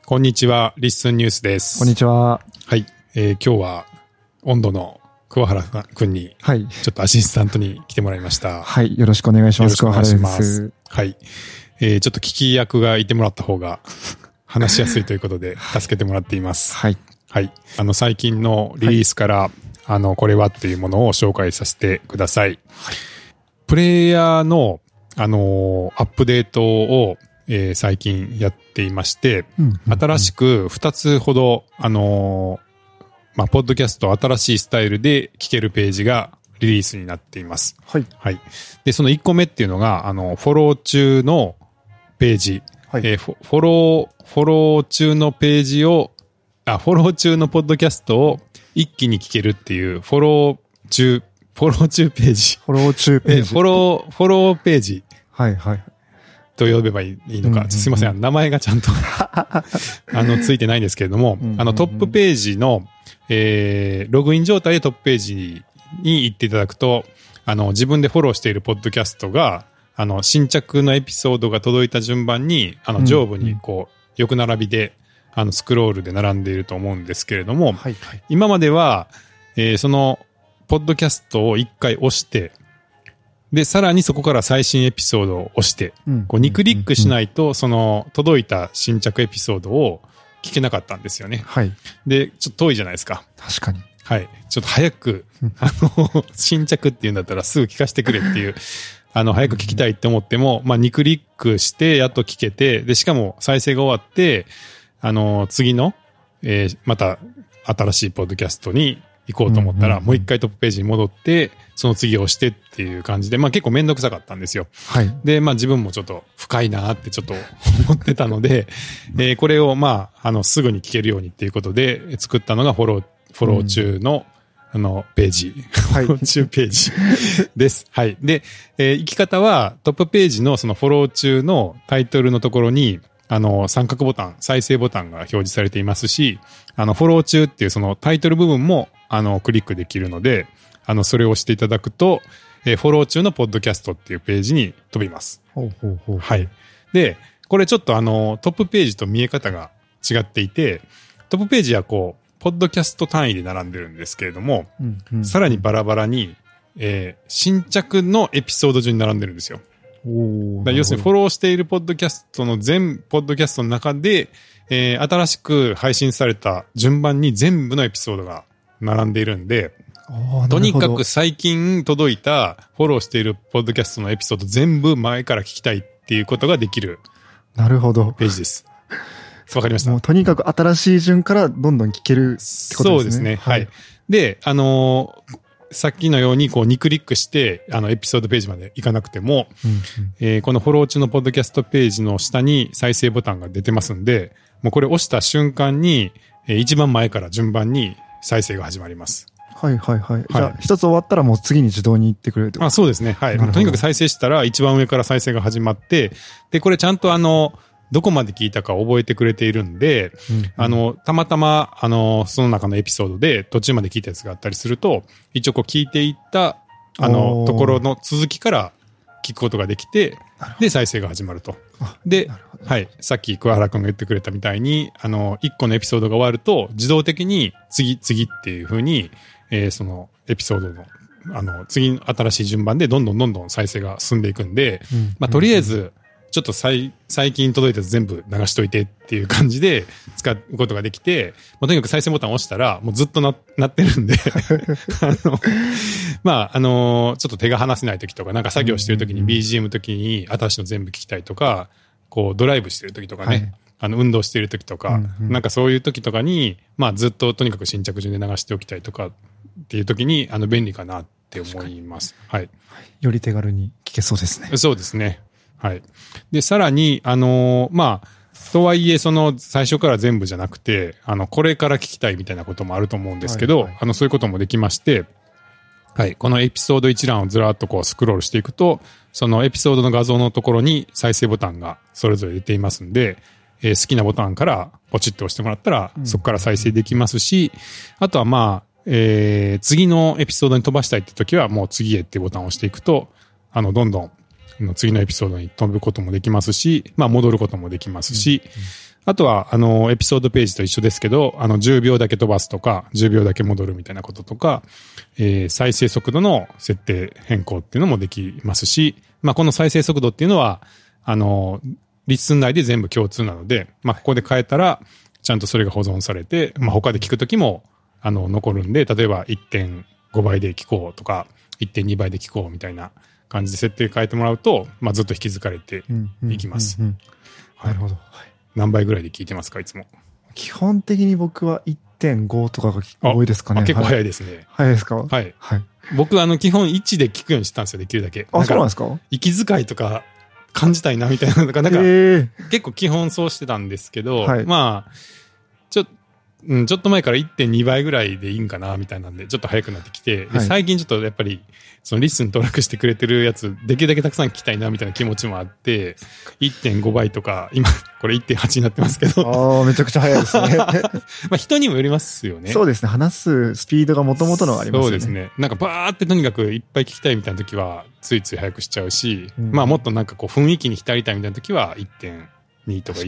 こんにちは、リッスンニュースです。 こんにちは。 はい。今日は、温度の桑原くんに、ちょっとアシスタントに来てもらいました。 はい。よろしくお願いします。桑原です。 はい。ちょっと聞き役がいてもらった方が、話しやすいということで、助けてもらっています。 はい。 はい。最近のリリースから、これはっていうものを紹介させてください。はい、プレイヤーの、アップデートを、最近やっていまして、新しく2つほど、ポッドキャスト新しいスタイルで聞けるページがリリースになっています。 はい。 はい。で、その1個目っていうのが、フォロー中のページ。はい。フォロー中のページを、フォロー中のポッドキャストを一気に聞けるっていう、フォロー中ページ。 フォロー中ページ。 フォローページ。 はいはい。 と呼べばいいのか。すいません。名前がちゃんとついてないんですけれども、トップページの、ログイン状態でトップページに行っていただくと、自分でフォローしているポッドキャストが、新着のエピソードが届いた順番に、上部にこう、横並びで、スクロールで並んでいると思うんですけれども、はいはい、今までは、その、ポッドキャストを一回押して、で、さらにそこから最新エピソードを押して、こう2クリックしないと、その、届いた新着エピソードを聞けなかったんですよね。はい。で、ちょっと遠いじゃないですか。 確かに。 はい。ちょっと早く、新着っていうんだったらすぐ聞かせてくれっていう、早く聞きたいって思っても、2クリックしてやっと聞けて、で、しかも再生が終わって、次の、また新しいポッドキャストに行こうと思ったら、もう一回トップページに戻って、その次を押してっていう感じで、結構めんどくさかったんですよ。はい。で、自分もちょっと深いなってちょっと思ってたので、これをすぐに聞けるようにっていうことで作ったのがフォロー中の、ページ。はい。フォロー中ページです。はい。で、行き方はトップページのそのフォロー中のタイトルのところに、三角ボタン、再生ボタンが表示されていますし、フォロー中っていうそのタイトル部分も、クリックできるので、それを押していただくと、フォロー中のポッドキャストっていうページに飛びます。はい。で、これちょっとトップページと見え方が違っていて、トップページはこう、ポッドキャスト単位で並んでるんですけれども、さらにバラバラに、新着のエピソード順に並んでるんですよ。要するにフォローしているポッドキャストの全ポッドキャストの中で、新しく配信された順番に全部のエピソードが並んでいるんで、とにかく最近届いたフォローしているポッドキャストのエピソード全部前から聞きたいっていうことができる。 なるほど。 ページです。わかりました。 もうとにかく新しい順からどんどん聞けるってことですね。 そうですね。はい。で、さっきのようにこう2クリックしてエピソードページまで行かなくても、このフォロー中のポッドキャストページの下に再生ボタンが出てますんで、もうこれ押した瞬間に、一番前から順番に再生が始まります。 はいはいはい。じゃあ一つ終わったらもう次に自動に行ってくれるってことですか？ そうですね。はい。とにかく再生したら一番上から再生が始まって、で、これちゃんとどこまで聞いたか覚えてくれているんで、たまたま、その中のエピソードで途中まで聞いたやつがあったりすると、一応こう聞いていった、ところの続きから聞くことができて、で、再生が始まると。で、はい。さっき桑原くんが言ってくれたみたいに、一個のエピソードが終わると、自動的に次っていう風に、そのエピソードの、次の新しい順番でどんどん再生が進んでいくんで、とりあえず、ちょっと最近届いたやつ全部流しといてっていう感じで使うことができて、とにかく再生ボタンを押したら、もうずっとなってるんで、ちょっと手が離せない時とか、なんか作業してる時に BGM 時に新しいの全部聞きたいとか、こうドライブしてる時とかね、運動してる時とか、なんかそういう時とかに、ずっととにかく新着順で流しておきたいとかっていう時に、便利かなって思います。はい。 より手軽に聞けそうですね。 そうですね。はい。で、さらに、とはいえ、最初から全部じゃなくて、これから聞きたいみたいなこともあると思うんですけど、そういうこともできまして、はい。このエピソード一覧をずらっとこうスクロールしていくと、そのエピソードの画像のところに再生ボタンがそれぞれ出ていますんで、好きなボタンからポチッと押してもらったら、そこから再生できますし、あとは次のエピソードに飛ばしたいって時は、もう次へってボタンを押していくと、どんどん次のエピソードに飛ぶこともできますし、戻ることもできますし、 あとは、エピソードページと一緒ですけど、10秒だけ飛ばすとか、10秒だけ戻るみたいなこととか、再生速度の設定変更っていうのもできますし、まあ、この再生速度っていうのは、リッスン内で全部共通なので、まあ、ここで変えたら、ちゃんとそれが保存されて、まあ、他で聞くときも、残るんで、例えば 1.5 倍で聞こうとか、1.2 倍で聞こうみたいな感じで設定変えてもらうと、まあ、ずっと引き継がれていきます。 なるほど。 何倍ぐらいで聞いてますか、いつも。 基本的に僕は 1.5 とかが多いですかね。 結構早いですね。 早いですか？ はい。 はい。 僕、基本1で聞くようにしてたんですよ、できるだけ。 あ、そうなんですか？ 息遣いとか感じたいな、みたいなのが、なんか、結構基本そうしてたんですけど、まあ、ちょっと前から 1.2 倍ぐらいでいいんかな、みたいなんで、ちょっと早くなってきて、で最近ちょっとやっぱり、そのリッスン登録してくれてるやつ、できるだけたくさん聞きたいな、みたいな気持ちもあって、1.5 倍とか、今、これ 1.8 になってますけど。 ああ、めちゃくちゃ早いですね。まあ人にもよりますよね。 そうですね。話すスピードが元々のありますよね。 そうですね。なんかバーってとにかくいっぱい聞きたいみたいな時は、ついつい早くしちゃうし、まあもっとなんかこう雰囲気に浸りたいみたいな時は、1.2 とか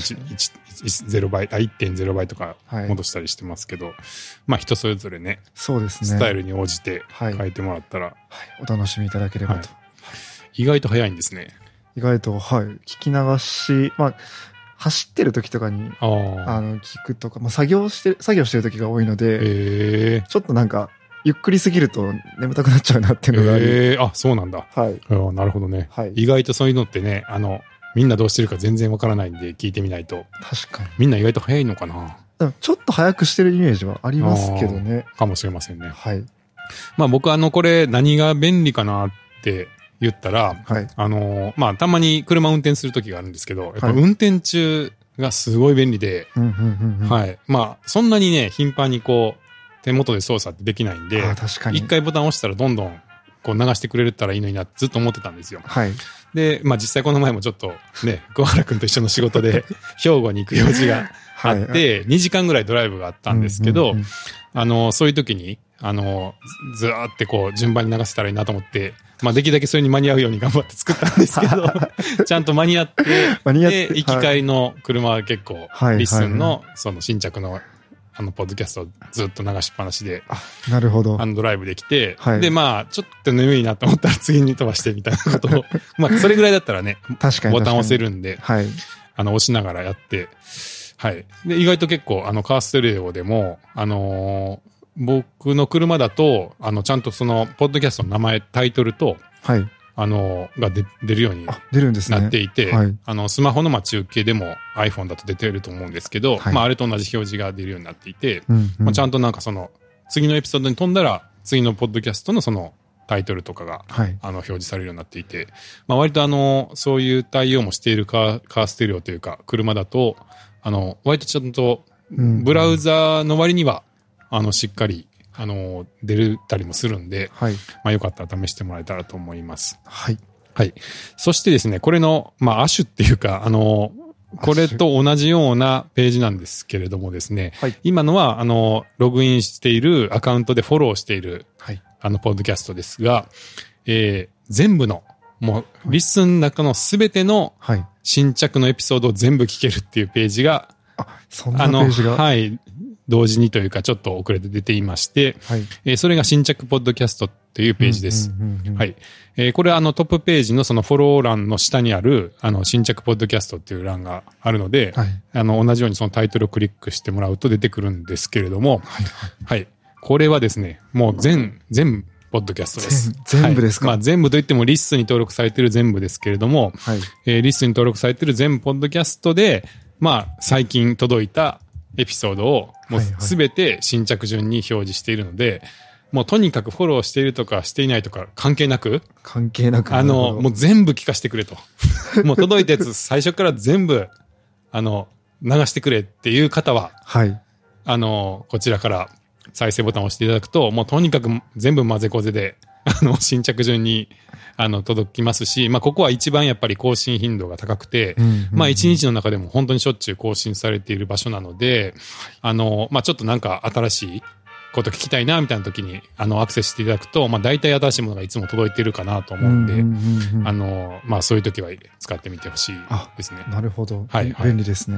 1.0 倍、1.0 倍とか戻したりしてますけど、まあ人それぞれね、 そうですね。 スタイルに応じて変えてもらったら、 お楽しみいただければと。 意外と早いんですね。 意外と、聞き流し、まあ、走ってる時とかに、聞くとか、まあ、作業してる時が多いので、ちょっとなんか、ゆっくりすぎると眠たくなっちゃうなっていうのがあり。 あ、そうなんだ。 はい。 なるほどね。意外とそういうのってね、みんなどうしてるか全然わからないんで聞いてみないと。 確かに。 みんな意外と早いのかな。 ちょっと早くしてるイメージはありますけどね。 かもしれませんね。 はい。 まあ僕これ何が便利かなって言ったら、まあたまに車運転する時があるんですけど、やっぱ運転中がすごい便利で、はい。まあそんなにね、頻繁にこう、手元で操作ってできないんで、一回ボタンを押したらどんどんこう流してくれたらいいのになってずっと思ってたんですよ。 はい。 で、まあ実際この前もちょっとね、桑原くんと一緒の仕事で兵庫に行く用事があって、2時間ぐらいドライブがあったんですけど、そういう時に、ずーってこう順番に流せたらいいなと思って、まあできるだけそれに間に合うように頑張って作ったんですけど、ちゃんと間に合って、で、行き帰りの車は結構、リッスンのその新着のポッドキャストをずっと流しっぱなしで、 なるほど。 ドライブできて、で、まあ、ちょっと眠いなと思ったら次に飛ばしてみたいなことを、まあ、それぐらいだったらね、ボタン押せるんで、押しながらやって、はい。で、意外と結構、カーステレオでも、僕の車だと、ちゃんとその、ポッドキャストの名前、タイトルと、が出るようになっていて、スマホの中継でも iPhone だと出てると思うんですけど、まああれと同じ表示が出るようになっていて、まあちゃんとなんかその次のエピソードに飛んだら次のポッドキャストのそのタイトルとかが表示されるようになっていて、まあ割とそういう対応もしているカーステレオというか車だと、割とちゃんとブラウザーの割にはしっかり出たりもするんで、まあよかったら試してもらえたらと思います。 はい。 はい。そしてですね、これの、まあ、亜種っていうか、これと同じようなページなんですけれどもですね、今のは、ログインしているアカウントでフォローしている、ポッドキャストですが、全部の、もう、リッスンの中のすべての新着のエピソードを全部聞けるっていうページが、 そんなページがはい。同時にというかちょっと遅れて出ていまして、それが新着ポッドキャストっていうページです。はい。これはトップページのそのフォロー欄の下にある新着ポッドキャストっていう欄があるので、同じようにそのタイトルをクリックしてもらうと出てくるんですけれども、はい。これはですね、もう全ポッドキャストです。 全部ですか？ まあ全部といってもリッスンに登録されている全部ですけれども、リッスンに登録されている全ポッドキャストで、まあ最近届いたエピソードをもうすべて新着順に表示しているので、もうとにかくフォローしているとかしていないとか関係なく、もう全部聞かせてくれと。もう届いたやつ最初から全部、流してくれっていう方は、こちらから再生ボタンを押していただくと、もうとにかく全部混ぜこぜで、新着順に、届きますし、まあ、ここは一番やっぱり更新頻度が高くて、まあ、一日の中でも本当にしょっちゅう更新されている場所なので、まあ、ちょっとなんか新しいこと聞きたいな、みたいな時に、アクセスしていただくと、まあ、大体新しいものがいつも届いているかなと思うんで、まあ、そういう時は使ってみてほしいですね。 なるほど。便利ですね。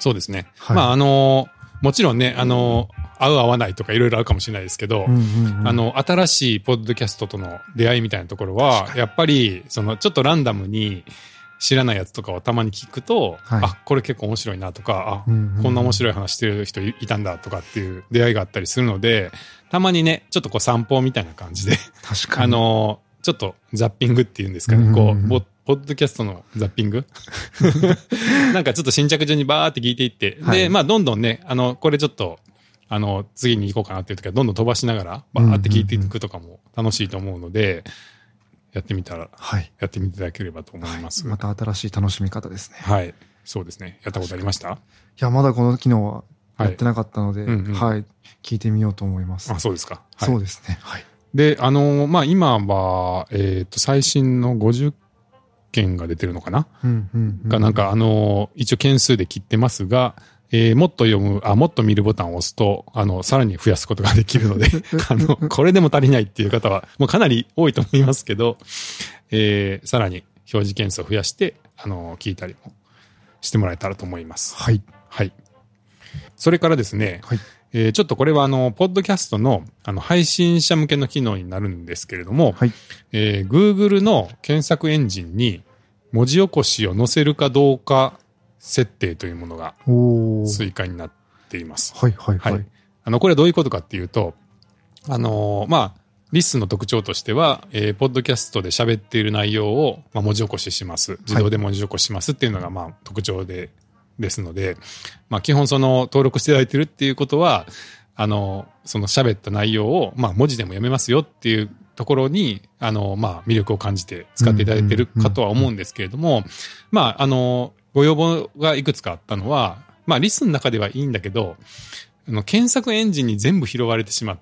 そうですね。はい、まあもちろんね、合う合わないとかいろいろあるかもしれないですけど、新しいポッドキャストとの出会いみたいなところは、やっぱり、ちょっとランダムに知らないやつとかをたまに聞くと、はい、これ結構面白いなとか、こんな面白い話してる人いたんだとかっていう出会いがあったりするので、たまにね、ちょっと散歩みたいな感じで、 確かに。 ちょっとザッピングっていうんですかね、ポッドキャストのザッピングなんかちょっと新着順にバーって聞いていって、はい、で、まあどんどんね、これちょっと、次に行こうかなっていう時はどんどん飛ばしながら、バーって聞いていくとかも楽しいと思うので、やってみていただければと思います。 はい、また新しい楽しみ方ですね。 はい。そうですね。やったことありました？いや、まだこの機能はやってなかったので、はい。聞いてみようと思います。 あ、そうですか。 はい、そうですね。はい。 で、まあ今は、最新の50件が出てるのかな、がなんか一応件数で切ってますが、もっともっと見るボタンを押すと、さらに増やすことができるので、これでも足りないっていう方は、もうかなり多いと思いますけど、さらに表示件数を増やして、聞いたりもしてもらえたらと思います。 はい。 はい。それからですね、はい、ちょっとこれはポッドキャストの、配信者向けの機能になるんですけれども、はい、Google の検索エンジンに文字起こしを載せるかどうか設定というものが追加になっています。 はいはいはい。はい、 これはどういうことかっていうと、まあ、リスンの特徴としては、ポッドキャストで喋っている内容を、まあ、文字起こしします。自動で文字起こししますっていうのが、まあ、特徴ですので、まあ、基本登録していただいているっていうことは、喋った内容を、まあ、文字でも読めますよっていうところに、まあ、魅力を感じて使っていただいているかとは思うんですけれども、まあ、ご要望がいくつかあったのは、まあ、リスンの中ではいいんだけど、検索エンジンに全部拾われてしまって、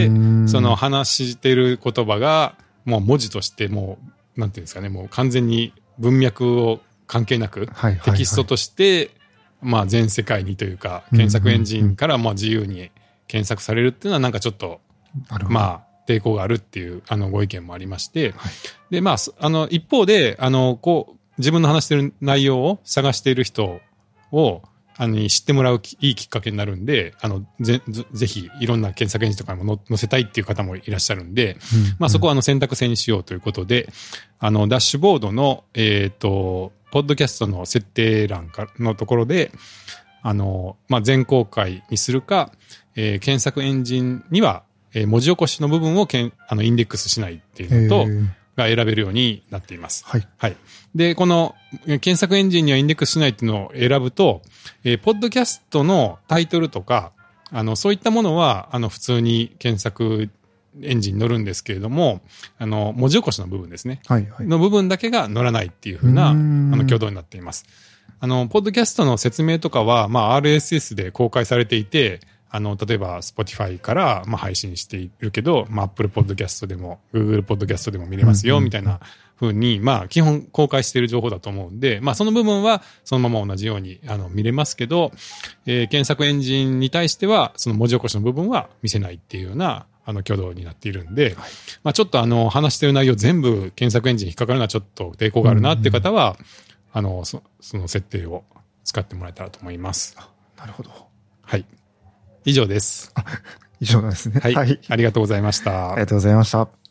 話している言葉が、もう文字としてもう、なんていうんですかね、もう完全に文脈を関係なく、テキストとして、まあ、全世界にというか、検索エンジンからまあ自由に検索されるっていうのはなんかちょっと、まあ、抵抗があるっていう、ご意見もありまして、はい、で、まあ、一方で、自分の話している内容を探している人を、知ってもらういいきっかけになるんで、ぜひいろんな検索エンジンとかにも載せたいっていう方もいらっしゃるんで、まあそこは選択制にしようということで、ダッシュボードの、ポッドキャストの設定欄のところで、まあ全公開にするか、検索エンジンには、文字起こしの部分をインデックスしないっていうのと、が選べるようになっています。 はい。 はい。で、この検索エンジンにはインデックスしないっていうのを選ぶと、ポッドキャストのタイトルとか、そういったものは、普通に検索エンジンに載るんですけれども、文字起こしの部分ですね。 はいはい。 の部分だけが載らないっていう風な、挙動になっています。ポッドキャストの説明とかは、まあ、RSS で公開されていて、例えば Spotify からまあ配信しているけど、まあ Apple Podcast でも Google Podcast でも見れますよみたいな風に、まあ基本公開している情報だと思うんで、まあその部分はそのまま同じように見れますけど、検索エンジンに対してはその文字起こしの部分は見せないっていうような挙動になっているんで、まあちょっと話している内容全部検索エンジンに引っかかるのはちょっと抵抗があるなっていう方は、その設定を使ってもらえたらと思います。 なるほど。 はい。以上です。 以上なんですね。 はい。ありがとうございました。 ありがとうございました。